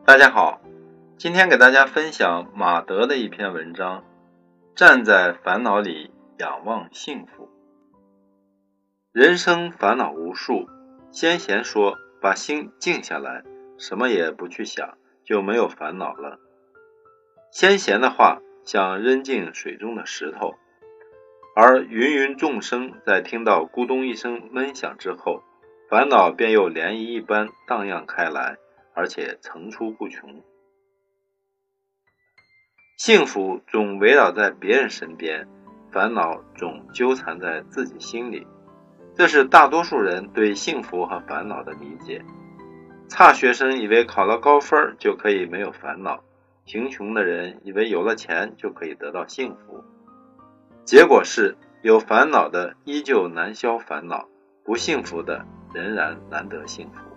大家好，今天给大家分享马德的一篇文章，站在烦恼里仰望幸福。人生烦恼无数，先贤说把心静下来，什么也不去想，就没有烦恼了。先贤的话像扔进水中的石头，而芸芸众生在听到咕咚一声闷响之后，烦恼便又涟漪一般荡漾开来，而且层出不穷。幸福总围绕在别人身边，烦恼总纠缠在自己心里，这是大多数人对幸福和烦恼的理解。差学生以为考了高分就可以没有烦恼，贫穷的人以为有了钱就可以得到幸福。结果是有烦恼的依旧难消烦恼，不幸福的仍然难得幸福。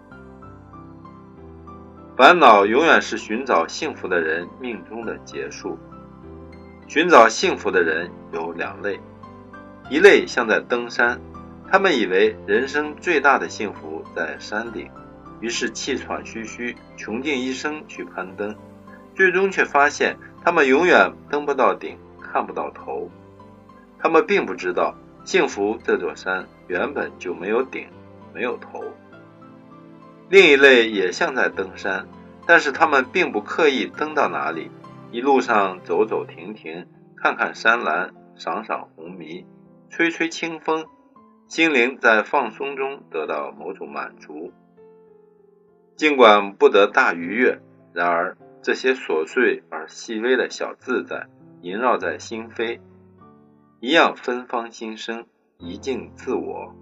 烦恼永远是寻找幸福的人命中的结束。寻找幸福的人有两类，一类像在登山，他们以为人生最大的幸福在山顶，于是气喘吁吁，穷尽一生去攀登，最终却发现他们永远登不到顶，看不到头。他们并不知道，幸福这座山原本就没有顶，没有头。另一类也像在登山，但是他们并不刻意登到哪里，一路上走走停停，看看山岚，赏赏红迷，吹吹清风，心灵在放松中得到某种满足。尽管不得大愉悦，然而这些琐碎而细微的小自在萦绕在心扉，一样芬芳心声，一境自我。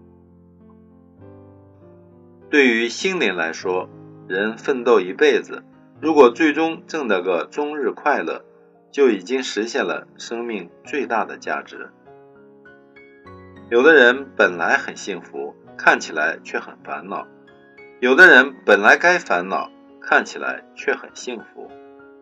对于心灵来说，人奋斗一辈子，如果最终挣得个终日快乐，就已经实现了生命最大的价值。有的人本来很幸福，看起来却很烦恼；有的人本来该烦恼，看起来却很幸福。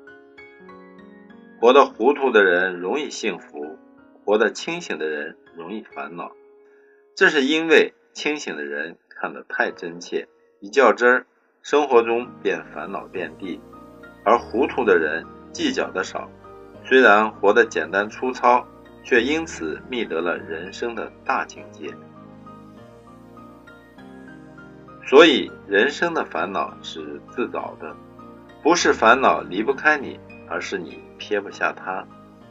活得糊涂的人容易幸福，活得清醒的人容易烦恼。这是因为清醒的人看得太真切，一较真儿，生活中便烦恼遍地，而糊涂的人计较的少，虽然活得简单粗糙，却因此觅得了人生的大境界。所以人生的烦恼是自找的，不是烦恼离不开你，而是你撇不下它。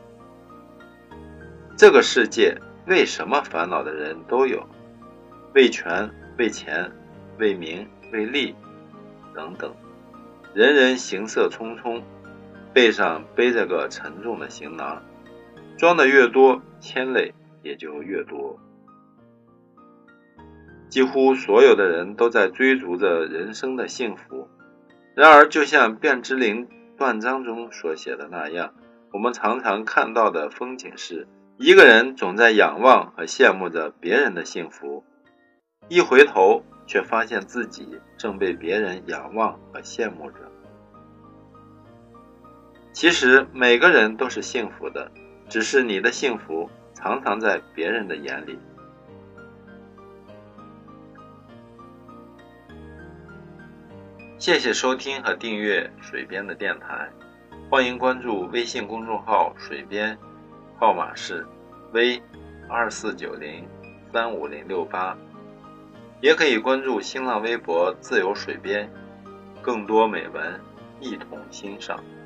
这个世界为什么烦恼的人都有？为权，为钱，为名，为利等等，人人行色匆匆，背上背着个沉重的行囊，装得越多，牵累也就越多。几乎所有的人都在追逐着人生的幸福，然而就像卞之琳断章中所写的那样，我们常常看到的风景是，一个人总在仰望和羡慕着别人的幸福，一回头却发现自己正被别人仰望和羡慕着。其实每个人都是幸福的，只是你的幸福常常在别人的眼里。谢谢收听和订阅水边的电台，欢迎关注微信公众号水边，号码是 V2490-35068，也可以关注新浪微博自由水边，更多美文一同欣赏。